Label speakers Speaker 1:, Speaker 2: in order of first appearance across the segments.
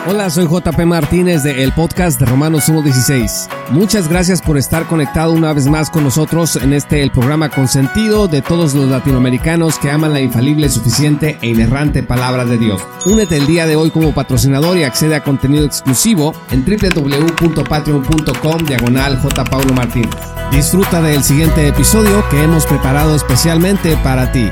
Speaker 1: Hola, soy JP Martínez de el podcast de Romanos 1:16. Muchas gracias por estar conectado una vez más con nosotros en el programa consentido de todos los latinoamericanos que aman la infalible, suficiente e inerrante palabra de Dios. Únete el día de hoy como patrocinador y accede a contenido exclusivo en www.patreon.com/JPauloMartínez. Disfruta del siguiente episodio que hemos preparado especialmente para ti.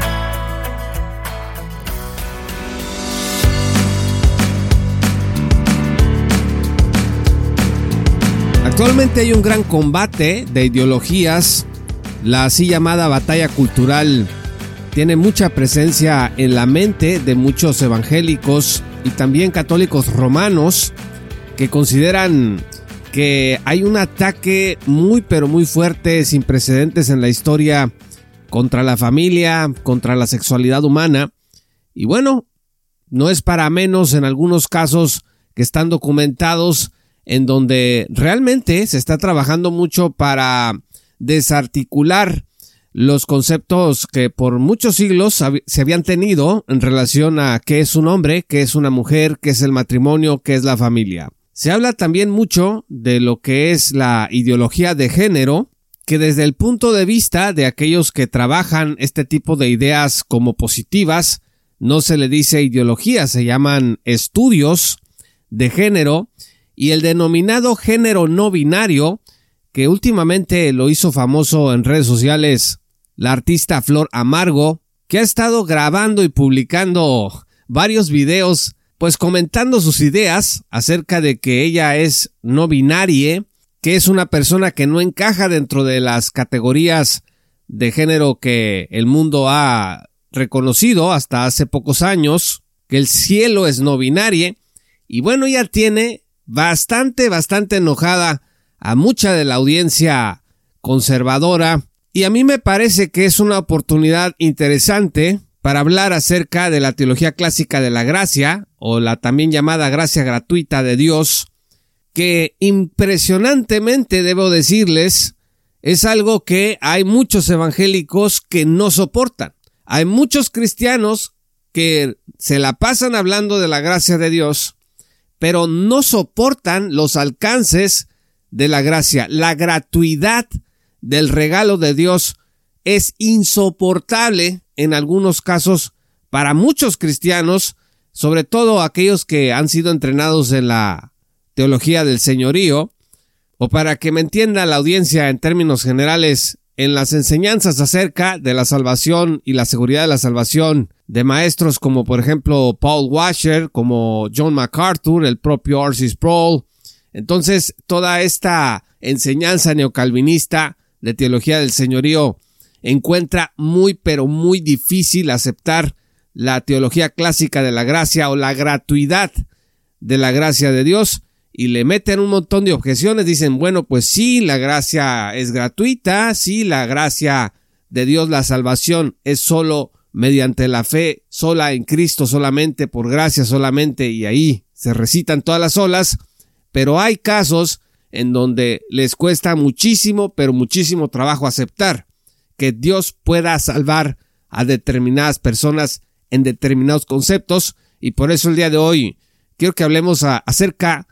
Speaker 1: Actualmente hay un gran combate de ideologías. La así llamada batalla cultural tiene mucha presencia en la mente de muchos evangélicos y también católicos romanos que consideran que hay un ataque muy fuerte, sin precedentes en la historia, contra la familia, contra la sexualidad humana. Y bueno, no es para menos en algunos casos que están documentados, en donde realmente se está trabajando mucho para desarticular los conceptos que por muchos siglos se habían tenido en relación a qué es un hombre, qué es una mujer, qué es el matrimonio, qué es la familia. Se habla también mucho de lo que es la ideología de género, que desde el punto de vista de aquellos que trabajan este tipo de ideas como positivas, no se le dice ideología, se llaman estudios de género. Y el denominado género no binario, que últimamente lo hizo famoso en redes sociales la artista Flor Amargo, que ha estado grabando y publicando varios videos, pues comentando sus ideas acerca de que ella es no binaria, que es una persona que no encaja dentro de las categorías de género que el mundo ha reconocido hasta hace pocos años, que el cielo es no binario. Y bueno, ella tiene bastante enojada a mucha de la audiencia conservadora, y a mí me parece que es una oportunidad interesante para hablar acerca de la teología clásica de la gracia, o la también llamada gracia gratuita de Dios, que impresionantemente, debo decirles, es algo que hay muchos evangélicos que no soportan. Hay muchos cristianos que se la pasan hablando de la gracia de Dios, pero no soportan los alcances de la gracia. La gratuidad del regalo de Dios es insoportable en algunos casos para muchos cristianos, sobre todo aquellos que han sido entrenados en la teología del señorío, o para que me entienda la audiencia en términos generales, en las enseñanzas acerca de la salvación y la seguridad de la salvación de maestros como por ejemplo Paul Washer, como John MacArthur, el propio R.C. Sproul. Entonces toda esta enseñanza neocalvinista de teología del señorío encuentra muy difícil aceptar la teología clásica de la gracia o la gratuidad de la gracia de Dios, y le meten un montón de objeciones. Dicen, bueno, pues sí, la gracia es gratuita, sí, la gracia de Dios, la salvación es solo mediante la fe, sola en Cristo, solamente por gracia, solamente, y ahí se recitan todas las olas, pero hay casos en donde les cuesta muchísimo trabajo aceptar que Dios pueda salvar a determinadas personas en determinados conceptos, y por eso el día de hoy quiero que hablemos acerca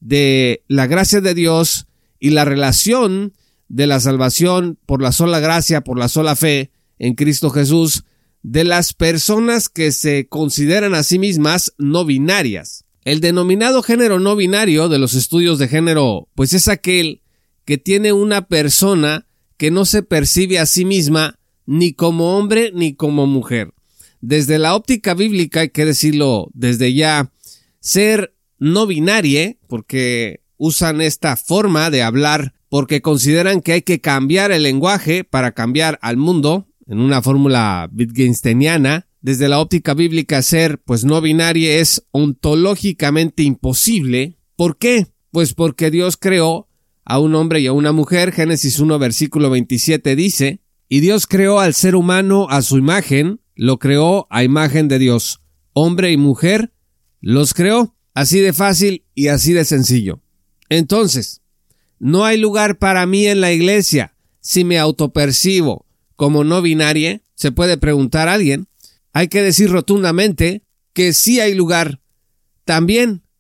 Speaker 1: de la gracia de Dios y la relación de la salvación por la sola gracia, por la sola fe en Cristo Jesús, de las personas que se consideran a sí mismas no binarias. El denominado género no binario de los estudios de género, pues es aquel que tiene una persona que no se percibe a sí misma ni como hombre ni como mujer. Desde la óptica bíblica, hay que decirlo desde ya, ser no binaria, porque usan esta forma de hablar, porque consideran que hay que cambiar el lenguaje para cambiar al mundo, en una fórmula wittgensteiniana. Desde la óptica bíblica, ser pues no binaria es ontológicamente imposible. ¿Por qué? Pues porque Dios creó a un hombre y a una mujer. Génesis 1 versículo 27 dice, y Dios creó al ser humano a su imagen, lo creó a imagen de Dios, hombre y mujer los creó. Así de fácil y así de sencillo. Entonces, no hay lugar para mí en la iglesia si me autopercibo como no binaria, se puede preguntar a alguien. Hay que decir rotundamente que sí hay lugar también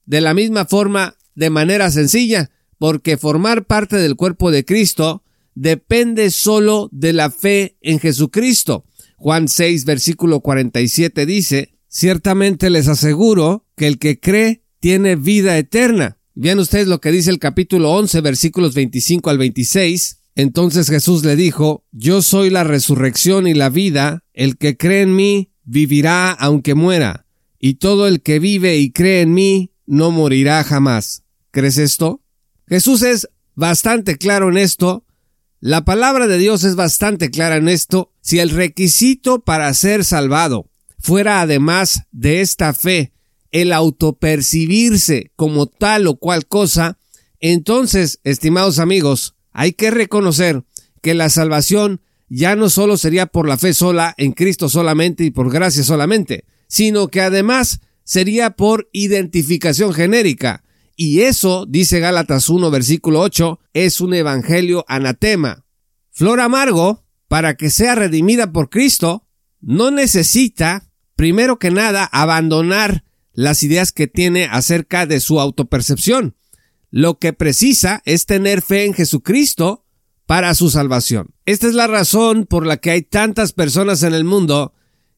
Speaker 1: de la misma forma, de manera sencilla, porque formar parte del cuerpo de Cristo depende solo de la fe en Jesucristo. Juan 6, versículo 47 dice: ciertamente les aseguro que el que cree tiene vida eterna. Vean ustedes lo que dice el capítulo 11, versículos 25 al 26. Entonces Jesús le dijo: yo soy la resurrección y la vida. El que cree en mí vivirá aunque muera, y todo el que vive y cree en mí no morirá jamás. ¿Crees esto? Jesús es bastante claro en esto. La palabra de Dios es bastante clara en esto. Si el requisito para ser salvado fuera, además de esta fe, el autopercibirse como tal o cual cosa, entonces, estimados amigos, hay que reconocer que la salvación ya no solo sería por la fe sola, en Cristo solamente y por gracia solamente, sino que además sería por identificación genérica. Y eso, dice Gálatas 1, versículo 8, es un evangelio anatema. Flor Amargo, para que sea redimida por Cristo, no necesita, primero que nada, abandonar las ideas que tiene acerca de su autopercepción. Lo que precisa es tener fe en Jesucristo para su salvación. Esta es la razón por la que hay tantas personas en el mundo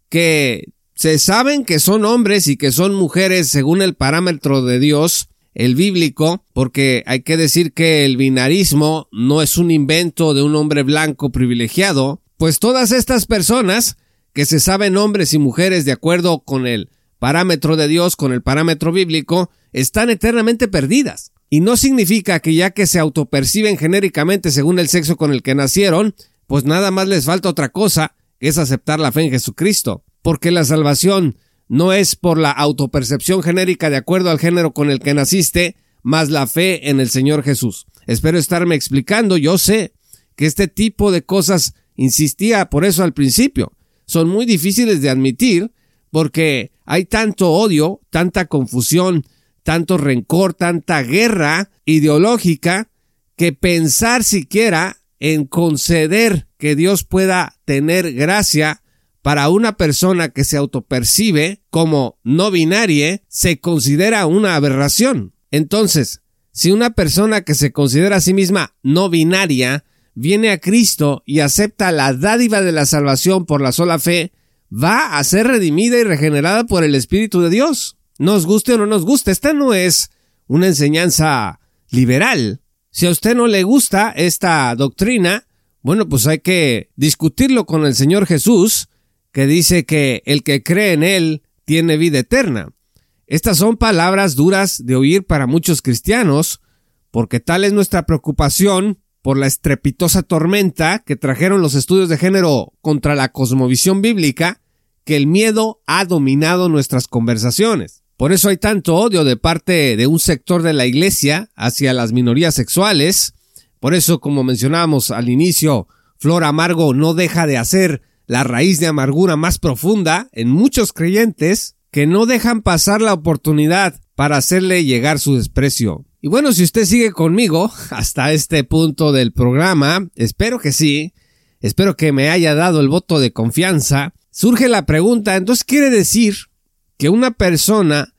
Speaker 1: que se saben que son hombres y que son mujeres según el parámetro de Dios, el bíblico, porque hay que decir que el binarismo no es un invento de un hombre blanco privilegiado, pues todas estas personas que se saben hombres y mujeres de acuerdo con el parámetro de Dios, con el parámetro bíblico, están eternamente perdidas. Y no significa que ya que se autoperciben genéricamente según el sexo con el que nacieron, pues nada más les falta otra cosa, que es aceptar la fe en Jesucristo. Porque la salvación no es por la autopercepción genérica de acuerdo al género con el que naciste, más la fe en el Señor Jesús. Espero estarme explicando. Yo sé que este tipo de cosas, insistía por eso al principio, son muy difíciles de admitir porque hay tanto odio, tanta confusión, tanto rencor, tanta guerra ideológica, que pensar siquiera en conceder que Dios pueda tener gracia para una persona que se autopercibe como no binaria se considera una aberración. Entonces, si una persona que se considera a sí misma no binaria viene a Cristo y acepta la dádiva de la salvación por la sola fe, va a ser redimida y regenerada por el Espíritu de Dios. Nos guste o no nos guste, esta no es una enseñanza liberal. Si a usted no le gusta esta doctrina, bueno, pues hay que discutirlo con el Señor Jesús, que dice que el que cree en Él tiene vida eterna. Estas son palabras duras de oír para muchos cristianos, porque tal es nuestra preocupación por la estrepitosa tormenta que trajeron los estudios de género contra la cosmovisión bíblica, que el miedo ha dominado nuestras conversaciones. Por eso hay tanto odio de parte de un sector de la iglesia hacia las minorías sexuales. Por eso, como mencionábamos al inicio, Flor Amargo no deja de hacer la raíz de amargura más profunda en muchos creyentes que no dejan pasar la oportunidad para hacerle llegar su desprecio. Y bueno, si usted sigue conmigo hasta este punto del programa, espero que sí, espero que me haya dado el voto de confianza, surge la pregunta, entonces quiere decir que una persona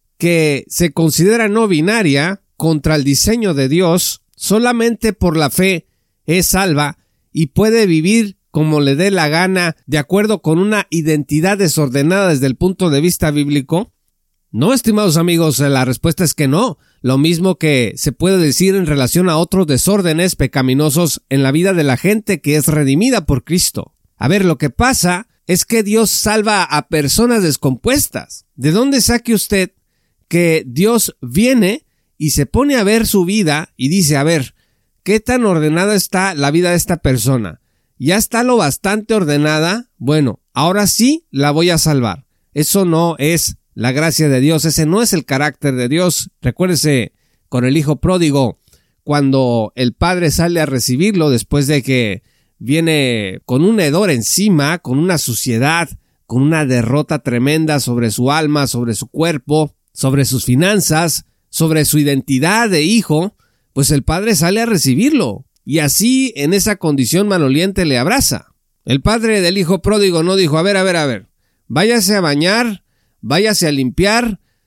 Speaker 1: que se considera no binaria contra el diseño de Dios solamente por la fe es salva y puede vivir como le dé la gana de acuerdo con una identidad desordenada desde el punto de vista bíblico. No, estimados amigos, la respuesta es que no. Lo mismo que se puede decir en relación a otros desórdenes pecaminosos en la vida de la gente que es redimida por Cristo. A ver, lo que pasa es que Dios salva a personas descompuestas. ¿De dónde saque usted que Dios viene y se pone a ver su vida y dice, a ver, ¿qué tan ordenada está la vida de esta persona? ¿Ya está lo bastante ordenada? Bueno, ahora sí la voy a salvar. Eso no es la gracia de Dios, ese no es el carácter de Dios. Recuérdese con el hijo pródigo, cuando el padre sale a recibirlo después de que viene con un hedor encima, con una suciedad, con una derrota tremenda sobre su alma, sobre su cuerpo, sobre sus finanzas, sobre su identidad de hijo, pues el padre sale a recibirlo y así en esa condición maloliente le abraza. El padre del hijo pródigo no dijo, a ver, váyase a bañar, váyase a limpiar,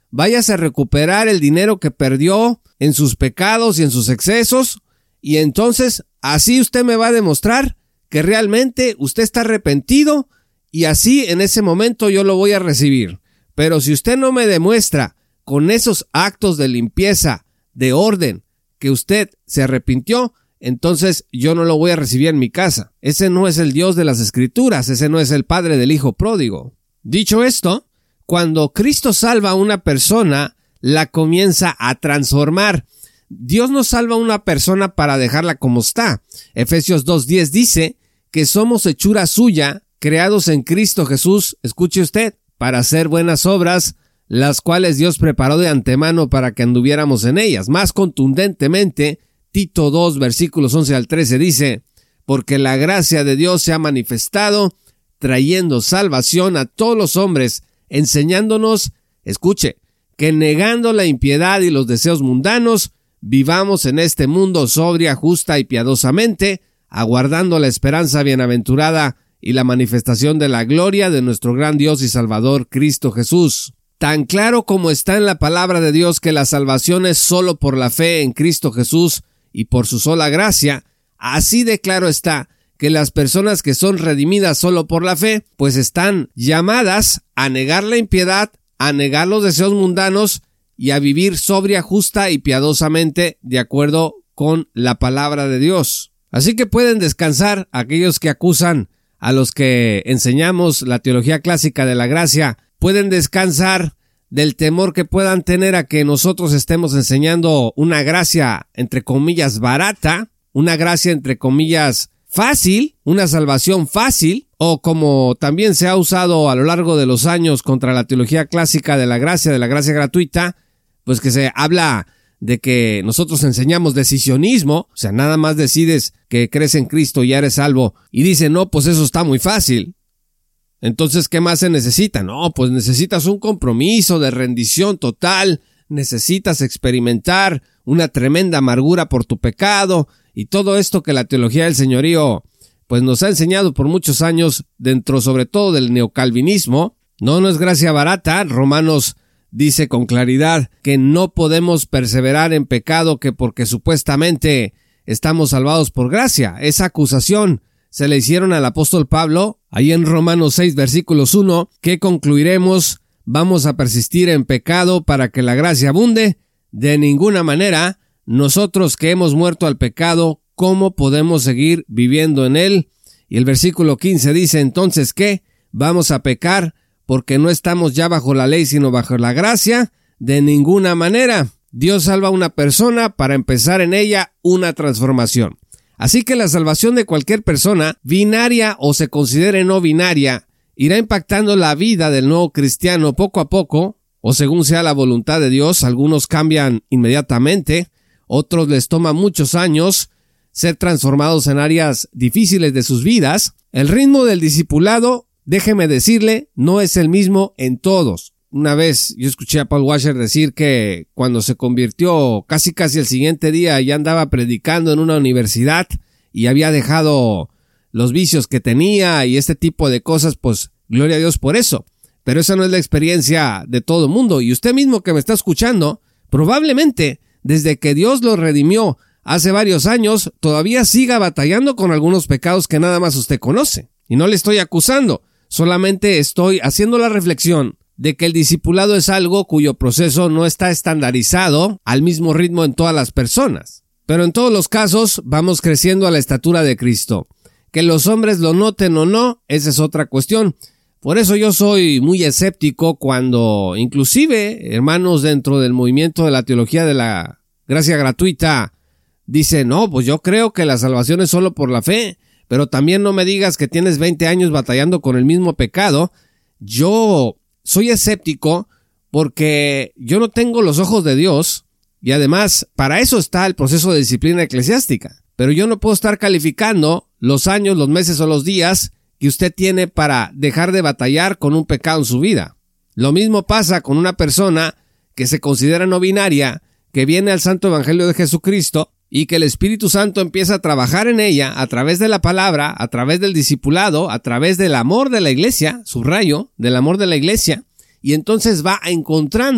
Speaker 1: váyase a recuperar el dinero que perdió en sus pecados y en sus excesos, y entonces así usted me va a demostrar que realmente usted está arrepentido, y así en ese momento yo lo voy a recibir. Pero si usted no me demuestra con esos actos de limpieza, de orden, que usted se arrepintió, entonces yo no lo voy a recibir en mi casa. Ese no es el Dios de las Escrituras, ese no es el Padre del Hijo pródigo. Dicho esto, cuando Cristo salva a una persona, la comienza a transformar. Dios no salva a una persona para dejarla como está. Efesios 2:10 dice que somos hechura suya, creados en Cristo Jesús, escuche usted, para hacer buenas obras, las cuales Dios preparó de antemano para que anduviéramos en ellas. Más contundentemente, Tito 2, versículos 11 al 13 dice, porque la gracia de Dios se ha manifestado, trayendo salvación a todos los hombres, enseñándonos, escuche, que negando la impiedad y los deseos mundanos, vivamos en este mundo sobria, justa y piadosamente, aguardando la esperanza bienaventurada y la manifestación de la gloria de nuestro gran Dios y Salvador Cristo Jesús. Tan claro como está en la palabra de Dios que la salvación es solo por la fe en Cristo Jesús y por su sola gracia, así de claro está que las personas que son redimidas solo por la fe, pues están llamadas a negar la impiedad, a negar los deseos mundanos y a vivir sobria, justa y piadosamente de acuerdo con la palabra de Dios. Así que pueden descansar aquellos que acusan a los que enseñamos la teología clásica de la gracia, pueden descansar del temor que puedan tener a que nosotros estemos enseñando una gracia entre comillas barata, una gracia entre comillas fácil, una salvación fácil, o como también se ha usado a lo largo de los años contra la teología clásica de la gracia gratuita, pues que se habla de que nosotros enseñamos decisionismo, o sea, nada más decides que crees en Cristo y ya eres salvo, y dicen, no, pues eso está muy fácil. Entonces, ¿qué más se necesita? No, pues necesitas un compromiso de rendición total, necesitas experimentar una tremenda amargura por tu pecado, y todo esto que la teología del señorío pues nos ha enseñado por muchos años dentro sobre todo del neocalvinismo. No es gracia barata. Romanos dice con claridad que no podemos perseverar en pecado que porque supuestamente estamos salvados por gracia. Esa acusación se le hicieron al apóstol Pablo, ahí en Romanos 6, versículos 1, ¿qué concluiremos? ¿Vamos a persistir en pecado para que la gracia abunde? De ninguna manera. Nosotros que hemos muerto al pecado, ¿cómo podemos seguir viviendo en él? Y el versículo 15 dice, ¿entonces qué? ¿Vamos a pecar porque no estamos ya bajo la ley sino bajo la gracia? De ninguna manera. Dios salva a una persona para empezar en ella una transformación. Así que la salvación de cualquier persona, binaria o se considere no binaria, irá impactando la vida del nuevo cristiano poco a poco, o según sea la voluntad de Dios. Algunos cambian inmediatamente, otros les toma muchos años ser transformados en áreas difíciles de sus vidas. El ritmo del discipulado, déjeme decirle, no es el mismo en todos. Una vez yo escuché a Paul Washer decir que cuando se convirtió casi el siguiente día ya andaba predicando en una universidad y había dejado los vicios que tenía y este tipo de cosas, pues gloria a Dios por eso. Pero esa no es la experiencia de todo el mundo, y usted mismo que me está escuchando, probablemente desde que Dios lo redimió hace varios años, todavía siga batallando con algunos pecados que nada más usted conoce. Y no le estoy acusando, solamente estoy haciendo la reflexión de que el discipulado es algo cuyo proceso no está estandarizado al mismo ritmo en todas las personas. Pero en todos los casos vamos creciendo a la estatura de Cristo. Que los hombres lo noten o no, esa es otra cuestión. Por eso yo soy muy escéptico cuando inclusive hermanos dentro del movimiento de la teología de la gracia gratuita dicen, no, pues yo creo que la salvación es solo por la fe, pero también no me digas que tienes 20 años batallando con el mismo pecado. Yo soy escéptico porque yo no tengo los ojos de Dios y además para eso está el proceso de disciplina eclesiástica. Pero yo no puedo estar calificando los años, los meses o los días que usted tiene para dejar de batallar con un pecado en su vida. Lo mismo pasa con una persona que se considera no binaria, que viene al santo evangelio de Jesucristo y que el Espíritu Santo empieza a trabajar en ella a través de la palabra, a través del discipulado, a través del amor de la iglesia, subrayo, del amor de la iglesia, y entonces va encontrando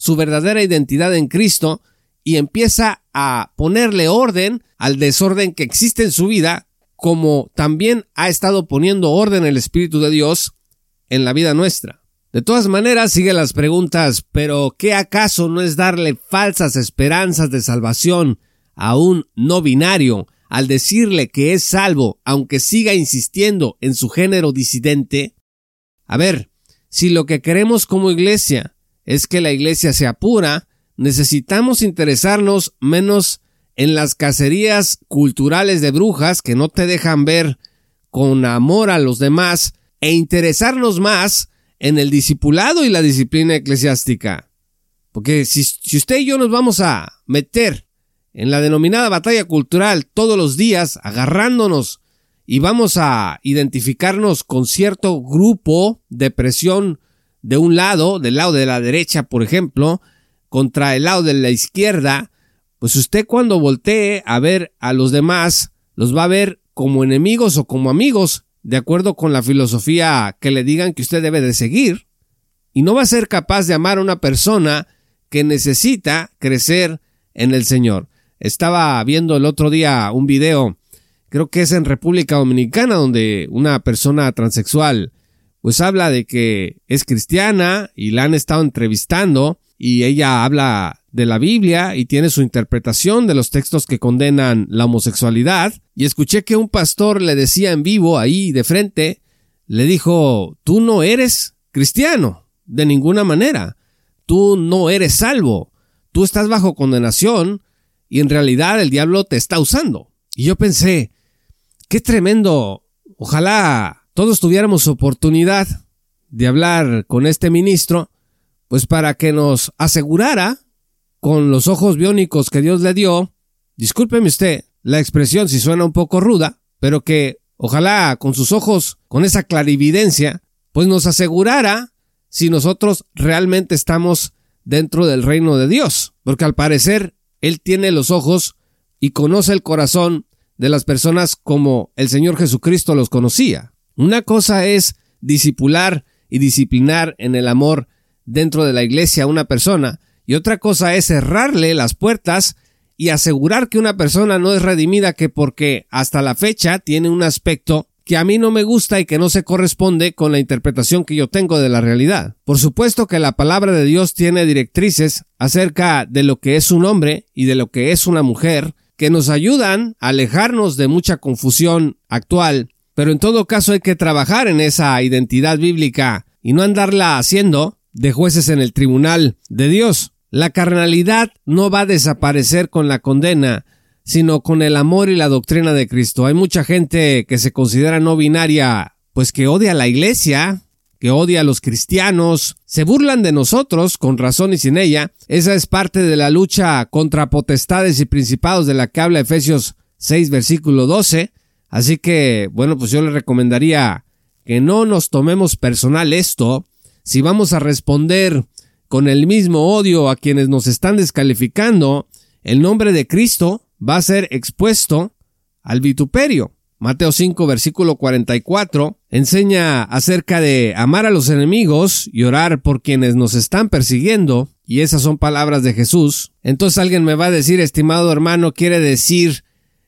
Speaker 1: su verdadera identidad en Cristo y empieza a ponerle orden al desorden que existe en su vida, como también ha estado poniendo orden el Espíritu de Dios en la vida nuestra. De todas maneras, sigue las preguntas, ¿pero qué acaso no es darle falsas esperanzas de salvación a un no binario al decirle que es salvo, aunque siga insistiendo en su género disidente? A ver, si lo que queremos como iglesia es que la iglesia sea pura, necesitamos interesarnos menos en las cacerías culturales de brujas que no te dejan ver con amor a los demás e interesarnos más en el discipulado y la disciplina eclesiástica. Porque si usted y yo nos vamos a meter en la denominada batalla cultural todos los días, agarrándonos y vamos a identificarnos con cierto grupo de presión de un lado, del lado de la derecha, por ejemplo, contra el lado de la izquierda, pues usted cuando voltee a ver a los demás, los va a ver como enemigos o como amigos, de acuerdo con la filosofía que le digan que usted debe de seguir, y no va a ser capaz de amar a una persona que necesita crecer en el Señor. Estaba viendo el otro día un video, creo que es en República Dominicana, donde una persona transexual pues habla de que es cristiana y la han estado entrevistando y ella habla de la Biblia y tiene su interpretación de los textos que condenan la homosexualidad, y escuché que un pastor le decía en vivo ahí de frente, le dijo: tú no eres cristiano de ninguna manera, tú no eres salvo, tú estás bajo condenación y en realidad el diablo te está usando. Y yo pensé, qué tremendo, ojalá todos tuviéramos oportunidad de hablar con este ministro, pues para que nos asegurara con los ojos biónicos que Dios le dio, discúlpeme usted la expresión si suena un poco ruda, pero que ojalá con sus ojos, con esa clarividencia, pues nos asegurara si nosotros realmente estamos dentro del reino de Dios, porque al parecer Él tiene los ojos y conoce el corazón de las personas como el Señor Jesucristo los conocía. Una cosa es discipular y disciplinar en el amor dentro de la iglesia a una persona, y otra cosa es cerrarle las puertas y asegurar que una persona no es redimida que porque hasta la fecha tiene un aspecto que a mí no me gusta y que no se corresponde con la interpretación que yo tengo de la realidad. Por supuesto que la palabra de Dios tiene directrices acerca de lo que es un hombre y de lo que es una mujer, que nos ayudan a alejarnos de mucha confusión actual, pero en todo caso hay que trabajar en esa identidad bíblica y no andarla haciendo de jueces en el tribunal de Dios. La carnalidad no va a desaparecer con la condena, sino con el amor y la doctrina de Cristo. Hay mucha gente que se considera no binaria, pues que odia a la iglesia, que odia a los cristianos, se burlan de nosotros con razón y sin ella. Esa es parte de la lucha contra potestades y principados de la que habla Efesios 6 versículo 12. Así que, bueno, pues yo le recomendaría que no nos tomemos personal esto. Si vamos a responder con el mismo odio a quienes nos están descalificando, el nombre de Cristo va a ser expuesto al vituperio. Mateo 5, versículo 44, enseña acerca de amar a los enemigos y orar por quienes nos están persiguiendo, y esas son palabras de Jesús. Entonces alguien me va a decir, estimado hermano, ¿quiere decir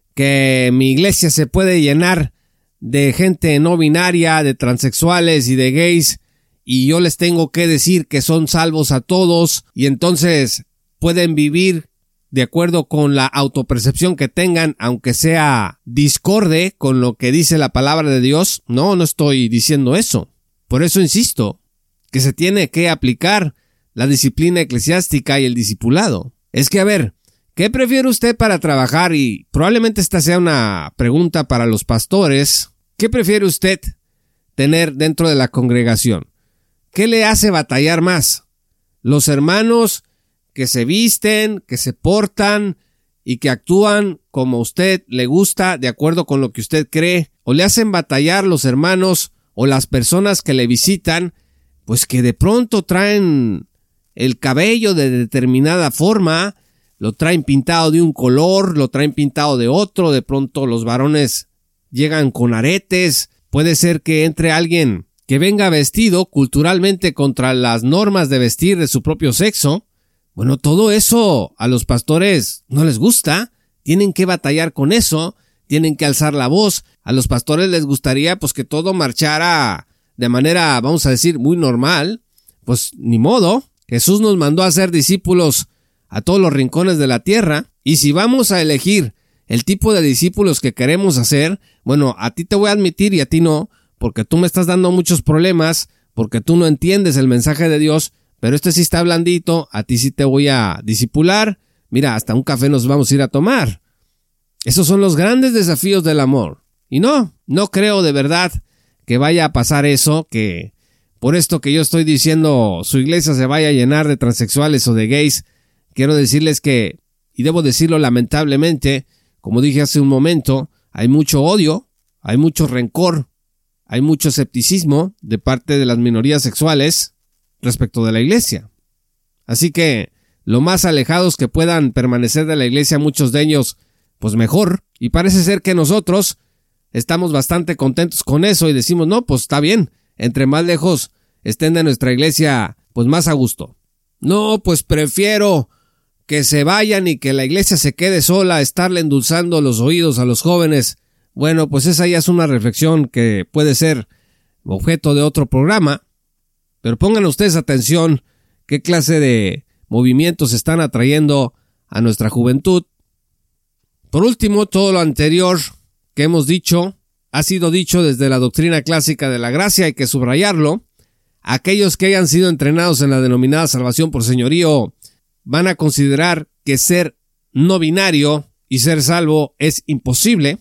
Speaker 1: que mi iglesia se puede llenar de gente no binaria, de transexuales y de gays, y yo les tengo que decir que son salvos a todos, y entonces pueden vivir de acuerdo con la autopercepción que tengan, aunque sea discorde con lo que dice la palabra de Dios? No estoy diciendo eso. Por eso insisto que se tiene que aplicar la disciplina eclesiástica y el discipulado. Es que, a ver, ¿qué prefiere usted para trabajar? Y probablemente esta sea una pregunta para los pastores. ¿Qué prefiere usted tener dentro de la congregación? ¿Qué le hace batallar más? ¿Los hermanos que se visten, que se portan y que actúan como a usted le gusta, de acuerdo con lo que usted cree? ¿O le hacen batallar los hermanos o las personas que le visitan, pues que de pronto traen el cabello de determinada forma, lo traen pintado de un color, lo traen pintado de otro, de pronto los varones llegan con aretes? Puede ser que entre alguien que venga vestido culturalmente contra las normas de vestir de su propio sexo, Bueno, todo eso a los pastores no les gusta, tienen que batallar con eso, tienen que alzar la voz. A los pastores les gustaría pues que todo marchara de manera, vamos a decir, muy normal. Pues ni modo, Jesús nos mandó a ser discípulos a todos los rincones de la tierra, y si vamos a elegir el tipo de discípulos que queremos hacer, bueno, a ti te voy a admitir y a ti no, porque tú me estás dando muchos problemas, porque tú no entiendes el mensaje de Dios, pero este sí está blandito, a ti sí te voy a discipular, mira, hasta un café nos vamos a ir a tomar. Esos son los grandes desafíos del amor. Y no creo de verdad que vaya a pasar eso, que por esto que yo estoy diciendo su iglesia se vaya a llenar de transexuales o de gays. Quiero decirles que, y debo decirlo lamentablemente, como dije hace un momento, hay mucho odio, hay mucho rencor, hay mucho escepticismo de parte de las minorías sexuales respecto de la iglesia. Así que, lo más alejados que puedan permanecer de la iglesia muchos de ellos, pues mejor. Y parece ser que nosotros estamos bastante contentos con eso y decimos, no, pues está bien, entre más lejos estén de nuestra iglesia, pues más a gusto. No, pues prefiero que se vayan y que la iglesia se quede sola, estarle endulzando los oídos a los jóvenes. Bueno, pues esa ya es una reflexión que puede ser objeto de otro programa, pero pongan ustedes atención qué clase de movimientos están atrayendo a nuestra juventud. Por último, todo lo anterior que hemos dicho ha sido dicho desde la doctrina clásica de la gracia, hay que subrayarlo. Aquellos que hayan sido entrenados en la denominada salvación por señorío van a considerar que ser no binario y ser salvo es imposible.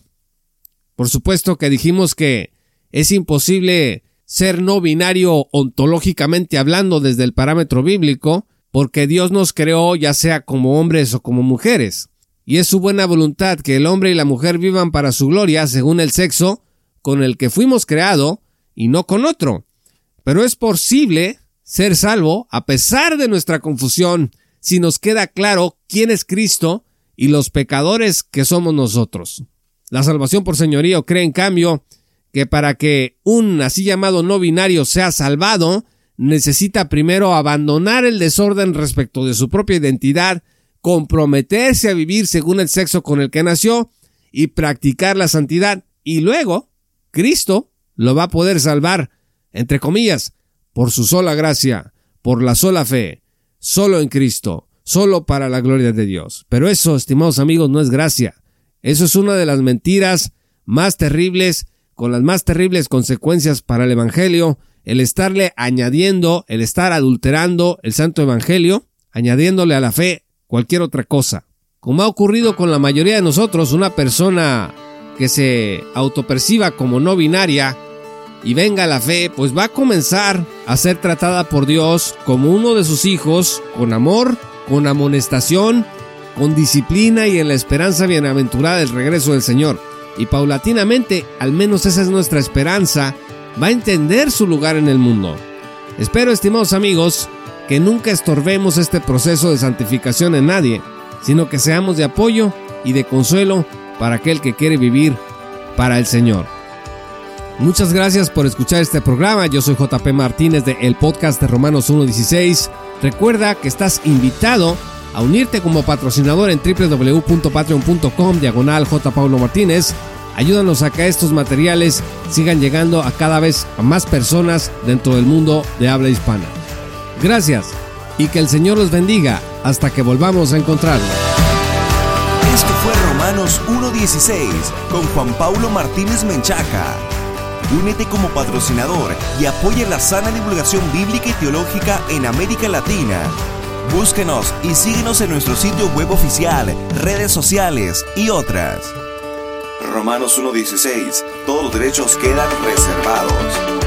Speaker 1: Por supuesto que dijimos que es imposible ser no binario ontológicamente hablando desde el parámetro bíblico, porque Dios nos creó ya sea como hombres o como mujeres. Y es su buena voluntad que el hombre y la mujer vivan para su gloria según el sexo con el que fuimos creado y no con otro. Pero es posible ser salvo a pesar de nuestra confusión si nos queda claro quién es Cristo y los pecadores que somos nosotros. La salvación por señorío cree en cambio que para que un así llamado no binario sea salvado, necesita primero abandonar el desorden respecto de su propia identidad, comprometerse a vivir según el sexo con el que nació y practicar la santidad, y luego Cristo lo va a poder salvar, entre comillas, por su sola gracia, por la sola fe, solo en Cristo, solo para la gloria de Dios. Pero eso, estimados amigos, no es gracia. Eso es una de las mentiras más terribles, con las más terribles consecuencias para el evangelio, el estarle añadiendo, el estar adulterando el santo evangelio, añadiéndole a la fe cualquier otra cosa. Como ha ocurrido con la mayoría de nosotros, una persona que se autoperciba como no binaria y venga a la fe, pues va a comenzar a ser tratada por Dios como uno de sus hijos, con amor, con amonestación, con disciplina y en la esperanza bienaventurada del regreso del Señor. Y paulatinamente, al menos esa es nuestra esperanza, va a entender su lugar en el mundo. Espero, estimados amigos, que nunca estorbemos este proceso de santificación en nadie, sino que seamos de apoyo y de consuelo para aquel que quiere vivir para el Señor. Muchas gracias por escuchar este programa. Yo soy JP Martínez de el podcast de Romanos 1:16. Recuerda que estás invitado a unirte como patrocinador en www.patreon.com/J. Paulo Martínez. Ayúdanos a que estos materiales sigan llegando a cada vez a más personas dentro del mundo de habla hispana. Gracias y que el Señor los bendiga hasta que volvamos a encontrarnos.
Speaker 2: Esto fue Romanos 1:16 con Juan Paulo Martínez Menchaca. Únete como patrocinador y apoya la sana divulgación bíblica y teológica en América Latina. Búsquenos y síguenos en nuestro sitio web oficial, redes sociales y otras. Romanos 1:16. Todos los derechos quedan reservados.